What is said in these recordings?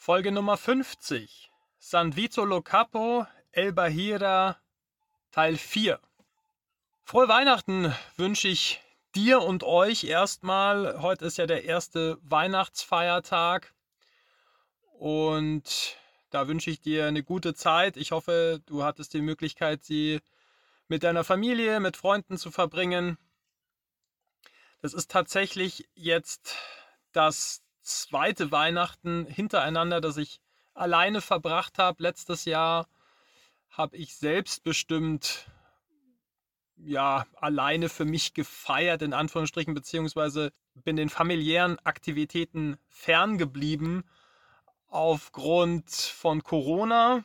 Folge Nummer 50. San Vito lo Capo, El Bahira, Teil 4. Frohe Weihnachten wünsche ich dir und euch erstmal. Heute ist ja der erste Weihnachtsfeiertag und da wünsche ich dir eine gute Zeit. Ich hoffe, du hattest die Möglichkeit, sie mit deiner Familie, mit Freunden zu verbringen. Das ist tatsächlich jetzt das zweite Weihnachten hintereinander, das ich alleine verbracht habe. Letztes Jahr habe ich selbstbestimmt alleine für mich gefeiert, in Anführungsstrichen, beziehungsweise bin den familiären Aktivitäten ferngeblieben aufgrund von Corona.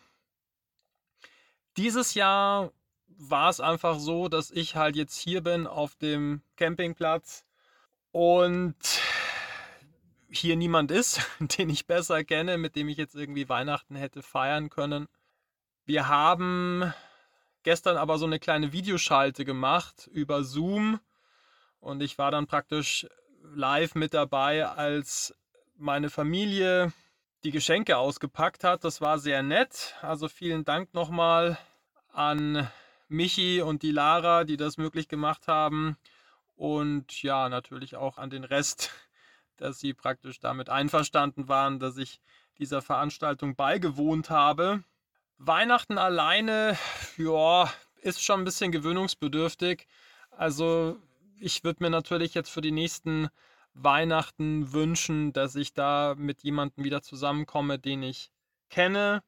Dieses Jahr war es einfach so, dass ich halt jetzt hier bin auf dem Campingplatz und hier niemand ist, den ich besser kenne, mit dem ich jetzt irgendwie Weihnachten hätte feiern können. Wir haben gestern aber so eine kleine Videoschalte gemacht über Zoom und ich war dann praktisch live mit dabei, als meine Familie die Geschenke ausgepackt hat. Das war sehr nett. Also vielen Dank nochmal an Michi und die Lara, die das möglich gemacht haben. Und ja, natürlich auch an den Rest, dass sie praktisch damit einverstanden waren, dass ich dieser Veranstaltung beigewohnt habe. Weihnachten alleine, ja, ist schon ein bisschen gewöhnungsbedürftig. Also ich würde mir natürlich jetzt für die nächsten Weihnachten wünschen, dass ich da mit jemandem wieder zusammenkomme, den ich kenne.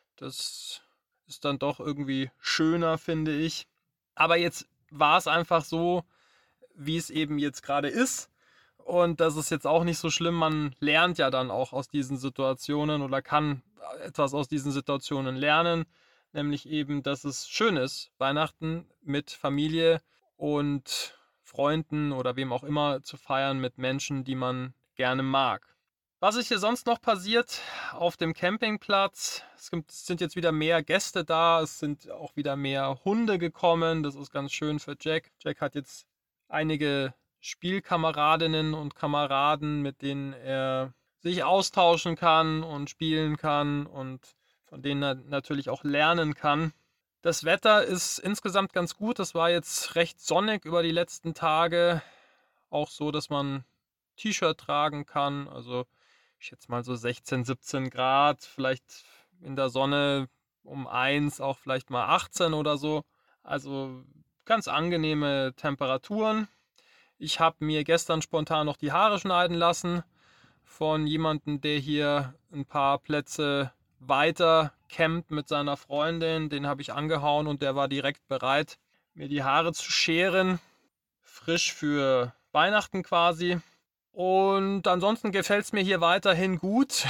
Das ist dann doch irgendwie schöner, finde ich. Aber jetzt war es einfach so, wie es eben jetzt gerade ist. Und das ist jetzt auch nicht so schlimm. Man lernt ja dann auch aus diesen Situationen oder kann etwas aus diesen Situationen lernen. Nämlich eben, dass es schön ist, Weihnachten mit Familie und Freunden oder wem auch immer zu feiern mit Menschen, die man gerne mag. Was ist hier sonst noch passiert auf dem Campingplatz? Es sind jetzt wieder mehr Gäste da. Es sind auch wieder mehr Hunde gekommen. Das ist ganz schön für Jack. Jack hat jetzt einige Spielkameradinnen und Kameraden, mit denen er sich austauschen kann und spielen kann und von denen er natürlich auch lernen kann. Das Wetter ist insgesamt ganz gut. Es war jetzt recht sonnig über die letzten Tage. Auch so, dass man T-Shirt tragen kann. Also ich schätze mal so 16, 17 Grad. Vielleicht in der Sonne um 1 auch vielleicht mal 18 oder so. Also ganz angenehme Temperaturen. Ich habe mir gestern spontan noch die Haare schneiden lassen von jemandem, der hier ein paar Plätze weiter campt mit seiner Freundin. Den habe ich angehauen und der war direkt bereit, mir die Haare zu scheren. Frisch für Weihnachten quasi. Und ansonsten gefällt es mir hier weiterhin gut.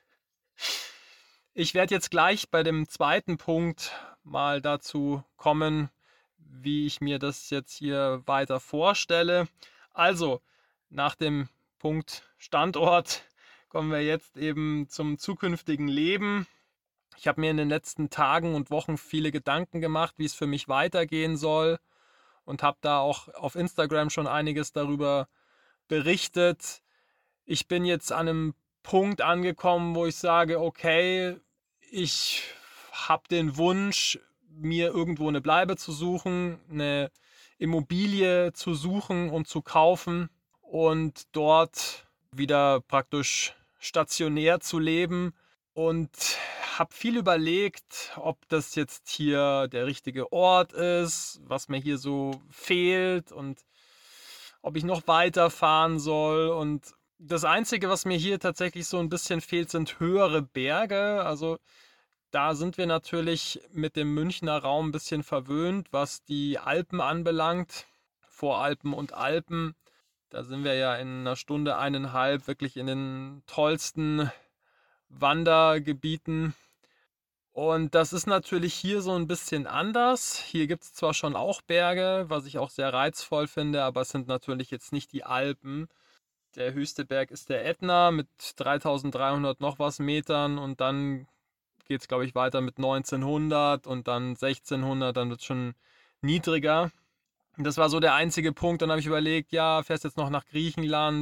Ich werde jetzt gleich bei dem zweiten Punkt mal dazu kommen, wie ich mir das jetzt hier weiter vorstelle. Also, nach dem Punkt Standort kommen wir jetzt eben zum zukünftigen Leben. Ich habe mir in den letzten Tagen und Wochen viele Gedanken gemacht, wie es für mich weitergehen soll und habe da auch auf Instagram schon einiges darüber berichtet. Ich bin jetzt an einem Punkt angekommen, wo ich sage, okay, ich habe den Wunsch, mir irgendwo eine Bleibe zu suchen, eine Immobilie zu suchen und zu kaufen und dort wieder praktisch stationär zu leben und habe viel überlegt, ob das jetzt hier der richtige Ort ist, was mir hier so fehlt und ob ich noch weiterfahren soll. Und das Einzige, was mir hier tatsächlich so ein bisschen fehlt, sind höhere Berge. Also da sind wir natürlich mit dem Münchner Raum ein bisschen verwöhnt, was die Alpen anbelangt. Voralpen und Alpen. Da sind wir ja in einer Stunde, 1,5 wirklich in den tollsten Wandergebieten. Und das ist natürlich hier so ein bisschen anders. Hier gibt es zwar schon auch Berge, was ich auch sehr reizvoll finde, aber es sind natürlich jetzt nicht die Alpen. Der höchste Berg ist der Ätna mit 3300 noch was Metern und dann geht es, glaube ich, weiter mit 1900 und dann 1600, dann wird es schon niedriger. Und das war so der einzige Punkt. Dann habe ich überlegt, ja, fährst jetzt noch nach Griechenland und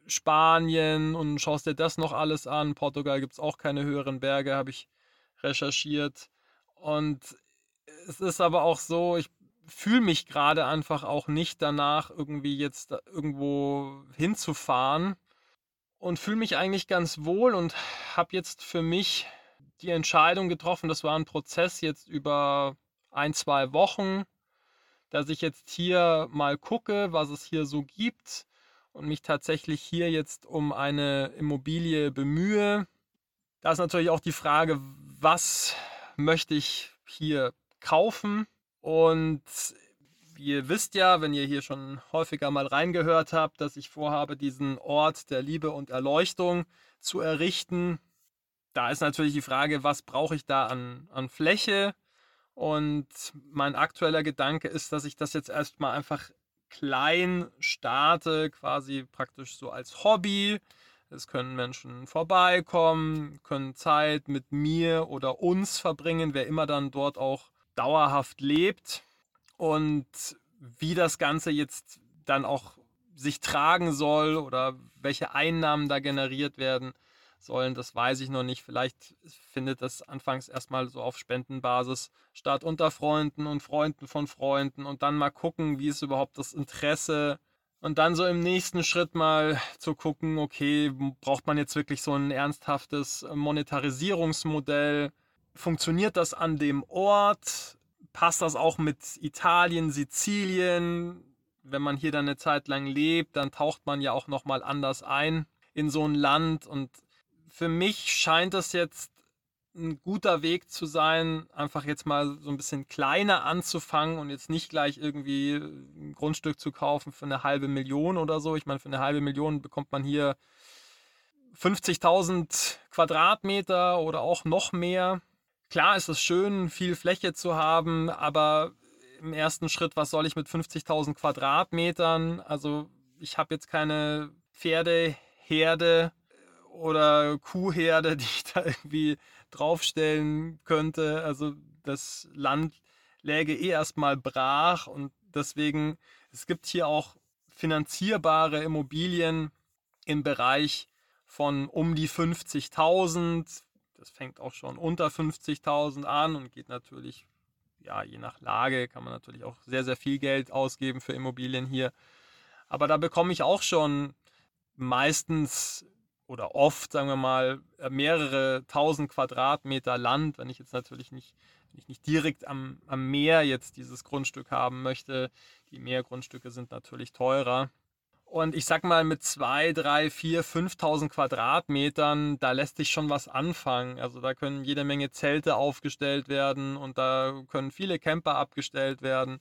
Spanien und schaust dir das noch alles an. Portugal gibt es auch keine höheren Berge, habe ich recherchiert. Und es ist aber auch so, ich fühle mich gerade einfach auch nicht danach, irgendwie jetzt irgendwo hinzufahren und fühle mich eigentlich ganz wohl und habe jetzt für mich die Entscheidung getroffen, das war ein Prozess jetzt über 1, 2 Wochen, dass ich jetzt hier mal gucke, was es hier so gibt und mich tatsächlich hier jetzt um eine Immobilie bemühe. Da ist natürlich auch die Frage, was möchte ich hier kaufen? Und ihr wisst ja, wenn ihr hier schon häufiger mal reingehört habt, dass ich vorhabe, diesen Ort der Liebe und Erleuchtung zu errichten. Da ist natürlich die Frage, was brauche ich da an Fläche? Und mein aktueller Gedanke ist, dass ich das jetzt erstmal einfach klein starte, quasi praktisch so als Hobby. Es können Menschen vorbeikommen, können Zeit mit mir oder uns verbringen, wer immer dann dort auch dauerhaft lebt. Und wie das Ganze jetzt dann auch sich tragen soll oder welche Einnahmen da generiert werden sollen, das weiß ich noch nicht. Vielleicht findet das anfangs erstmal so auf Spendenbasis statt unter Freunden und Freunden von Freunden und dann mal gucken, wie ist überhaupt das Interesse und dann so im nächsten Schritt mal zu gucken, okay, braucht man jetzt wirklich so ein ernsthaftes Monetarisierungsmodell? Funktioniert das an dem Ort? Passt das auch mit Italien, Sizilien? Wenn man hier dann eine Zeit lang lebt, dann taucht man ja auch nochmal anders ein in so ein Land. Und für mich scheint das jetzt ein guter Weg zu sein, einfach jetzt mal so ein bisschen kleiner anzufangen und jetzt nicht gleich irgendwie ein Grundstück zu kaufen für 1,5 Million oder so. Ich meine, für 1,5 Million bekommt man hier 50.000 Quadratmeter oder auch noch mehr. Klar ist es schön, viel Fläche zu haben, aber im ersten Schritt, was soll ich mit 50.000 Quadratmetern? Also ich habe jetzt keine Pferdeherde oder Kuhherde, die ich da irgendwie draufstellen könnte. Also das Land läge eh erstmal brach und deswegen, es gibt hier auch finanzierbare Immobilien im Bereich von um die 50.000. Das fängt auch schon unter 50.000 an und geht natürlich, ja, je nach Lage kann man natürlich auch sehr, sehr viel Geld ausgeben für Immobilien hier. Aber da bekomme ich auch schon meistens oder oft, sagen wir mal, mehrere tausend Quadratmeter Land, wenn ich jetzt natürlich nicht, wenn ich nicht direkt am Meer jetzt dieses Grundstück haben möchte. Die Meergrundstücke sind natürlich teurer. Und ich sag mal, mit 2, 3, 4, 5.000 Quadratmetern, da lässt sich schon was anfangen. Also da können jede Menge Zelte aufgestellt werden und da können viele Camper abgestellt werden.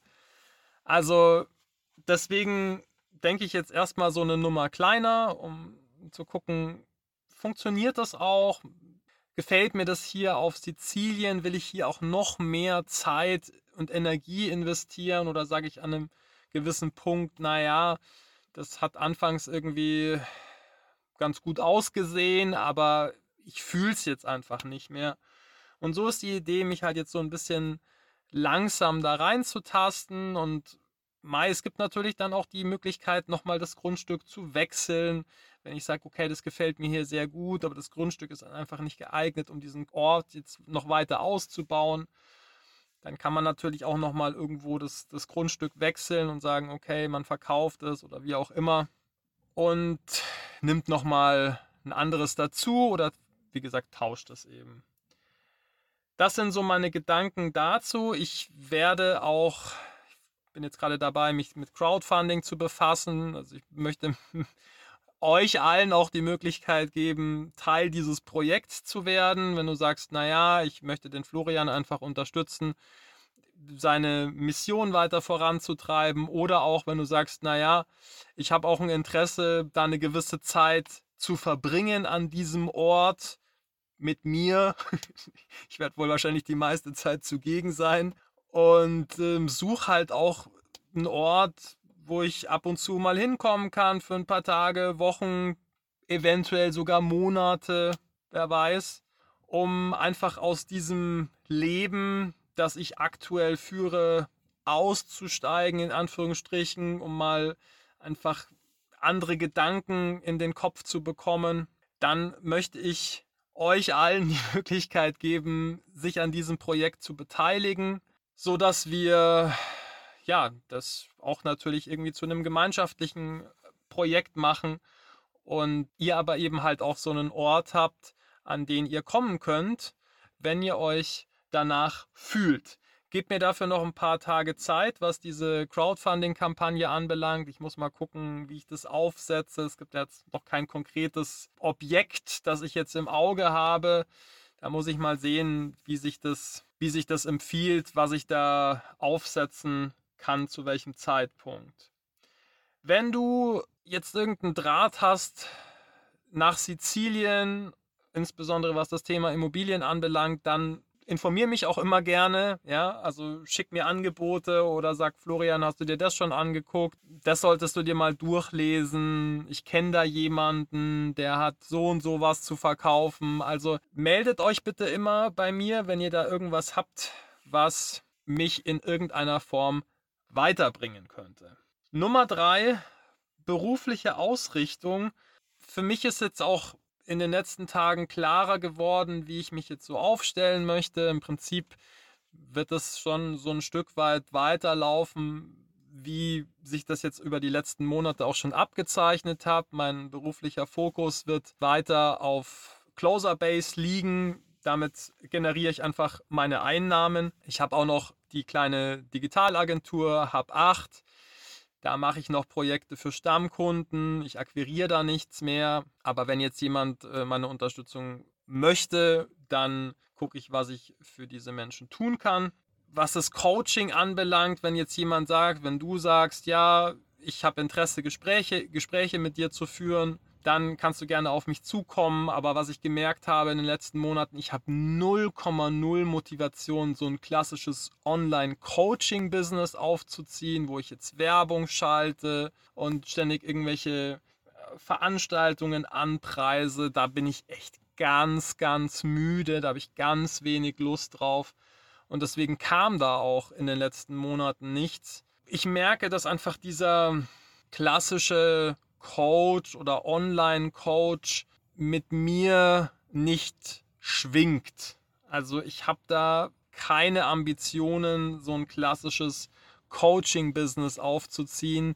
Also deswegen denke ich jetzt erstmal so eine Nummer kleiner, um zu gucken, funktioniert das auch? Gefällt mir das hier auf Sizilien? Will ich hier auch noch mehr Zeit und Energie investieren? Oder sage ich an einem gewissen Punkt, naja, das hat anfangs irgendwie ganz gut ausgesehen, aber ich fühle es jetzt einfach nicht mehr. Und so ist die Idee, mich halt jetzt so ein bisschen langsam da reinzutasten und es gibt natürlich dann auch die Möglichkeit, nochmal das Grundstück zu wechseln. Wenn ich sage, okay, das gefällt mir hier sehr gut, aber das Grundstück ist einfach nicht geeignet, um diesen Ort jetzt noch weiter auszubauen, dann kann man natürlich auch nochmal irgendwo das Grundstück wechseln und sagen, okay, man verkauft es oder wie auch immer und nimmt nochmal ein anderes dazu oder wie gesagt, tauscht es eben. Das sind so meine Gedanken dazu. Ich bin jetzt gerade dabei, mich mit Crowdfunding zu befassen. Also ich möchte euch allen auch die Möglichkeit geben, Teil dieses Projekts zu werden. Wenn du sagst, naja, ich möchte den Florian einfach unterstützen, seine Mission weiter voranzutreiben, oder auch wenn du sagst, naja, ich habe auch ein Interesse, da eine gewisse Zeit zu verbringen an diesem Ort mit mir. Ich werde wohl wahrscheinlich die meiste Zeit zugegen sein und suche halt auch einen Ort, wo ich ab und zu mal hinkommen kann für ein paar Tage, Wochen, eventuell sogar Monate, wer weiß, um einfach aus diesem Leben, das ich aktuell führe, auszusteigen, in Anführungsstrichen, um mal einfach andere Gedanken in den Kopf zu bekommen, dann möchte ich euch allen die Möglichkeit geben, sich an diesem Projekt zu beteiligen, sodass wir das auch natürlich irgendwie zu einem gemeinschaftlichen Projekt machen und ihr aber eben halt auch so einen Ort habt, an den ihr kommen könnt, wenn ihr euch danach fühlt. Gebt mir dafür noch ein paar Tage Zeit, was diese Crowdfunding-Kampagne anbelangt. Ich muss mal gucken, wie ich das aufsetze. Es gibt jetzt noch kein konkretes Objekt, das ich jetzt im Auge habe. Da muss ich mal sehen, wie sich das empfiehlt, was ich da aufsetzen kann, zu welchem Zeitpunkt. Wenn du jetzt irgendeinen Draht hast nach Sizilien, insbesondere was das Thema Immobilien anbelangt, dann informiere mich auch immer gerne, ja, also schick mir Angebote oder sag, Florian, hast du dir das schon angeguckt? Das solltest du dir mal durchlesen. Ich kenne da jemanden, der hat so und so was zu verkaufen. Also meldet euch bitte immer bei mir, wenn ihr da irgendwas habt, was mich in irgendeiner Form weiterbringen könnte. Nummer 3, berufliche Ausrichtung. Für mich ist jetzt auch in den letzten Tagen klarer geworden, wie ich mich jetzt so aufstellen möchte. Im Prinzip wird es schon so ein Stück weit weiterlaufen, wie sich das jetzt über die letzten Monate auch schon abgezeichnet hat. Mein beruflicher Fokus wird weiter auf Closer Base liegen. Damit generiere ich einfach meine Einnahmen. Ich habe auch noch die kleine Digitalagentur Hub 8. Da mache ich noch Projekte für Stammkunden. Ich akquiriere da nichts mehr. Aber wenn jetzt jemand meine Unterstützung möchte, dann gucke ich, was ich für diese Menschen tun kann. Was das Coaching anbelangt, wenn jetzt jemand sagt, wenn du sagst, ja, ich habe Interesse, Gespräche mit dir zu führen, dann kannst du gerne auf mich zukommen. Aber was ich gemerkt habe in den letzten Monaten, ich habe 0,0 Motivation, so ein klassisches Online-Coaching-Business aufzuziehen, wo ich jetzt Werbung schalte und ständig irgendwelche Veranstaltungen anpreise. Da bin ich echt ganz, ganz müde. Da habe ich ganz wenig Lust drauf. Und deswegen kam da auch in den letzten Monaten nichts. Ich merke, dass einfach dieser klassische Coach oder Online-Coach mit mir nicht schwingt. Also ich habe da keine Ambitionen, so ein klassisches Coaching-Business aufzuziehen,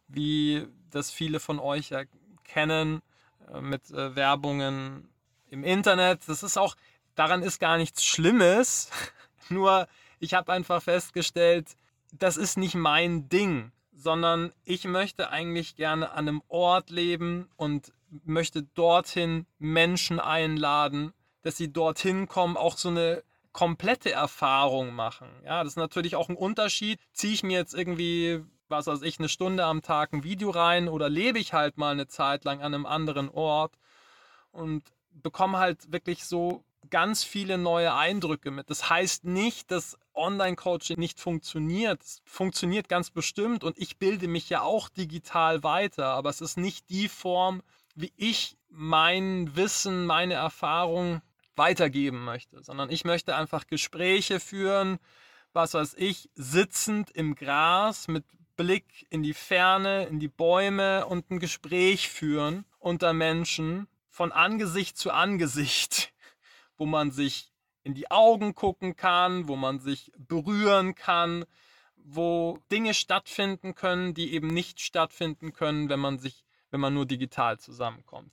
wie das viele von euch ja kennen, mit Werbungen im Internet. Das ist auch, daran ist gar nichts Schlimmes, nur ich habe einfach festgestellt, das ist nicht mein Ding, sondern ich möchte eigentlich gerne an einem Ort leben und möchte dorthin Menschen einladen, dass sie dorthin kommen, auch so eine komplette Erfahrung machen. Ja, das ist natürlich auch ein Unterschied. Ziehe ich mir jetzt irgendwie, was weiß ich, eine Stunde am Tag ein Video rein oder lebe ich halt mal eine Zeit lang an einem anderen Ort und bekomme halt wirklich so ganz viele neue Eindrücke mit. Das heißt nicht, dass Online-Coaching nicht funktioniert. Es funktioniert ganz bestimmt und ich bilde mich ja auch digital weiter, aber es ist nicht die Form, wie ich mein Wissen, meine Erfahrung weitergeben möchte, sondern ich möchte einfach Gespräche führen, was weiß ich, sitzend im Gras mit Blick in die Ferne, in die Bäume und ein Gespräch führen unter Menschen von Angesicht zu Angesicht, wo man sich in die Augen gucken kann, wo man sich berühren kann, wo Dinge stattfinden können, die eben nicht stattfinden können, wenn man nur digital zusammenkommt.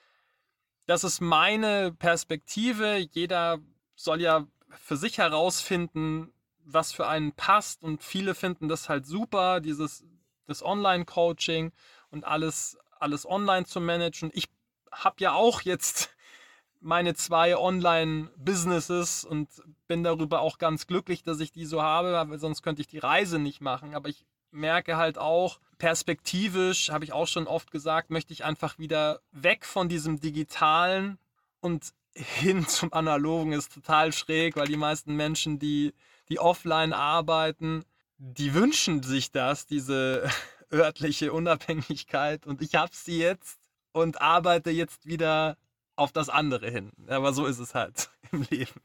Das ist meine Perspektive. Jeder soll ja für sich herausfinden, was für einen passt, und viele finden das halt super, das Online-Coaching und alles online zu managen. Ich habe ja auch jetzt meine 2 Online-Businesses und bin darüber auch ganz glücklich, dass ich die so habe, weil sonst könnte ich die Reise nicht machen. Aber ich merke halt auch, perspektivisch, habe ich auch schon oft gesagt, möchte ich einfach wieder weg von diesem Digitalen und hin zum Analogen. Ist total schräg, weil die meisten Menschen, die offline arbeiten, die wünschen sich das, diese örtliche Unabhängigkeit, und ich habe sie jetzt und arbeite jetzt wieder auf das andere hin. Aber so ist es halt im Leben.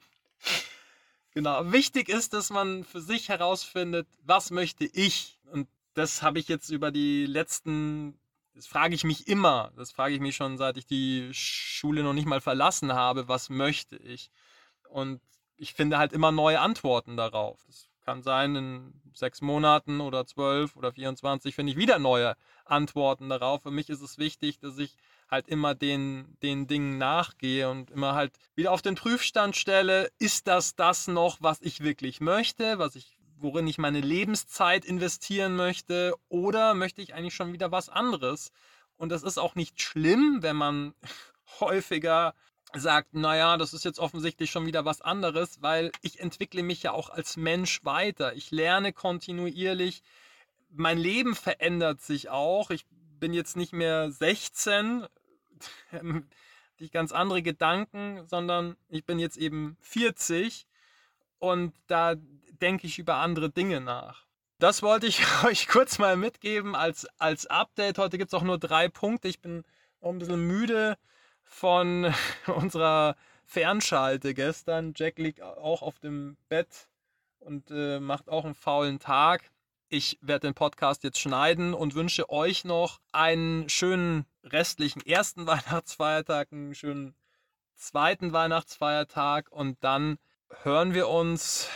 Genau. Wichtig ist, dass man für sich herausfindet, was möchte ich. Und das habe ich jetzt über die letzten Das frage ich mich immer. Das frage ich mich schon, seit ich die Schule noch nicht mal verlassen habe. Was möchte ich? Und ich finde halt immer neue Antworten darauf. Das kann sein, in 6 Monaten oder 12 oder 24 finde ich wieder neue Antworten darauf. Für mich ist es wichtig, dass ich halt immer den Dingen nachgehe und immer halt wieder auf den Prüfstand stelle, ist das noch, was ich wirklich möchte, worin ich meine Lebenszeit investieren möchte, oder möchte ich eigentlich schon wieder was anderes? Und das ist auch nicht schlimm, wenn man häufiger sagt, naja, das ist jetzt offensichtlich schon wieder was anderes, weil ich entwickle mich ja auch als Mensch weiter. Ich lerne kontinuierlich, mein Leben verändert sich auch. Ich bin jetzt nicht mehr 16, die ganz andere Gedanken, sondern ich bin jetzt eben 40 und da denke ich über andere Dinge nach. Das wollte ich euch kurz mal mitgeben als Update. Heute gibt es auch nur 3 Punkte. Ich bin noch ein bisschen müde von unserer Fernschalte gestern. Jack liegt auch auf dem Bett und macht auch einen faulen Tag. Ich werde den Podcast jetzt schneiden und wünsche euch noch einen schönen restlichen ersten Weihnachtsfeiertag, einen schönen zweiten Weihnachtsfeiertag und dann hören wir uns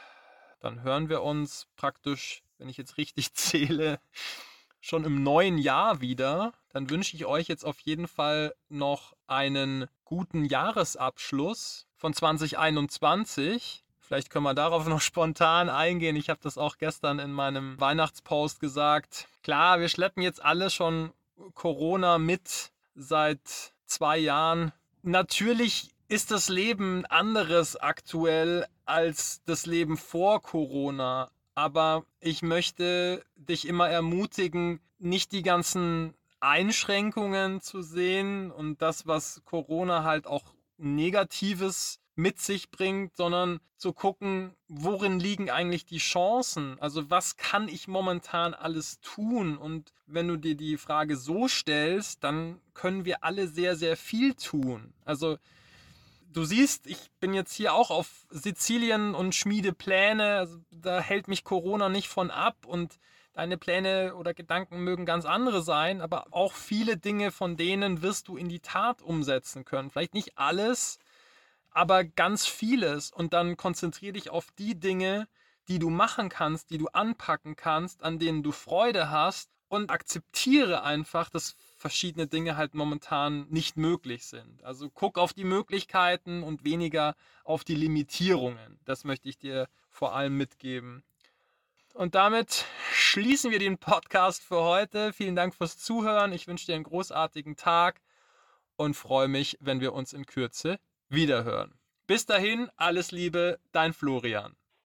praktisch, wenn ich jetzt richtig zähle, schon im neuen Jahr wieder. Dann wünsche ich euch jetzt auf jeden Fall noch einen guten Jahresabschluss von 2021. Vielleicht können wir darauf noch spontan eingehen. Ich habe das auch gestern in meinem Weihnachtspost gesagt. Klar, wir schleppen jetzt alle schon Corona mit seit 2 Jahren. Natürlich ist das Leben anderes aktuell als das Leben vor Corona. Aber ich möchte dich immer ermutigen, nicht die ganzen Einschränkungen zu sehen und das, was Corona halt auch Negatives mit sich bringt, sondern zu gucken, worin liegen eigentlich die Chancen? Also was kann ich momentan alles tun? Und wenn du dir die Frage so stellst, dann können wir alle sehr, sehr viel tun. Also du siehst, ich bin jetzt hier auch auf Sizilien und schmiede Pläne. Also da hält mich Corona nicht von ab und deine Pläne oder Gedanken mögen ganz andere sein, aber auch viele Dinge von denen wirst du in die Tat umsetzen können. Vielleicht nicht alles, aber ganz vieles. Und dann konzentriere dich auf die Dinge, die du machen kannst, die du anpacken kannst, an denen du Freude hast und akzeptiere einfach, dass verschiedene Dinge halt momentan nicht möglich sind. Also guck auf die Möglichkeiten und weniger auf die Limitierungen. Das möchte ich dir vor allem mitgeben. Und damit schließen wir den Podcast für heute. Vielen Dank fürs Zuhören. Ich wünsche dir einen großartigen Tag und freue mich, wenn wir uns in Kürze wiederhören. Bis dahin, alles Liebe, dein Florian.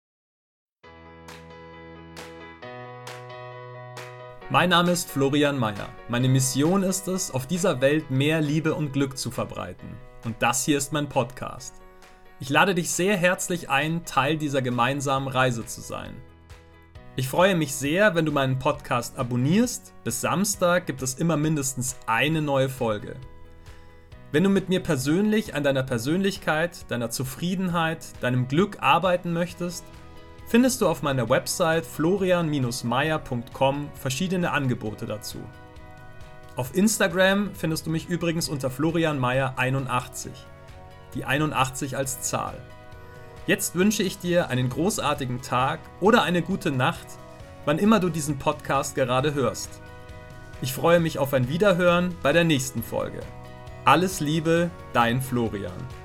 Mein Name ist Florian Meyer. Meine Mission ist es, auf dieser Welt mehr Liebe und Glück zu verbreiten. Und das hier ist mein Podcast. Ich lade dich sehr herzlich ein, Teil dieser gemeinsamen Reise zu sein. Ich freue mich sehr, wenn du meinen Podcast abonnierst. Bis Samstag gibt es immer mindestens eine neue Folge. Wenn du mit mir persönlich an deiner Persönlichkeit, deiner Zufriedenheit, deinem Glück arbeiten möchtest, findest du auf meiner Website florian-meyer.com verschiedene Angebote dazu. Auf Instagram findest du mich übrigens unter florianmeyer81, die 81 als Zahl. Jetzt wünsche ich dir einen großartigen Tag oder eine gute Nacht, wann immer du diesen Podcast gerade hörst. Ich freue mich auf ein Wiederhören bei der nächsten Folge. Alles Liebe, dein Florian.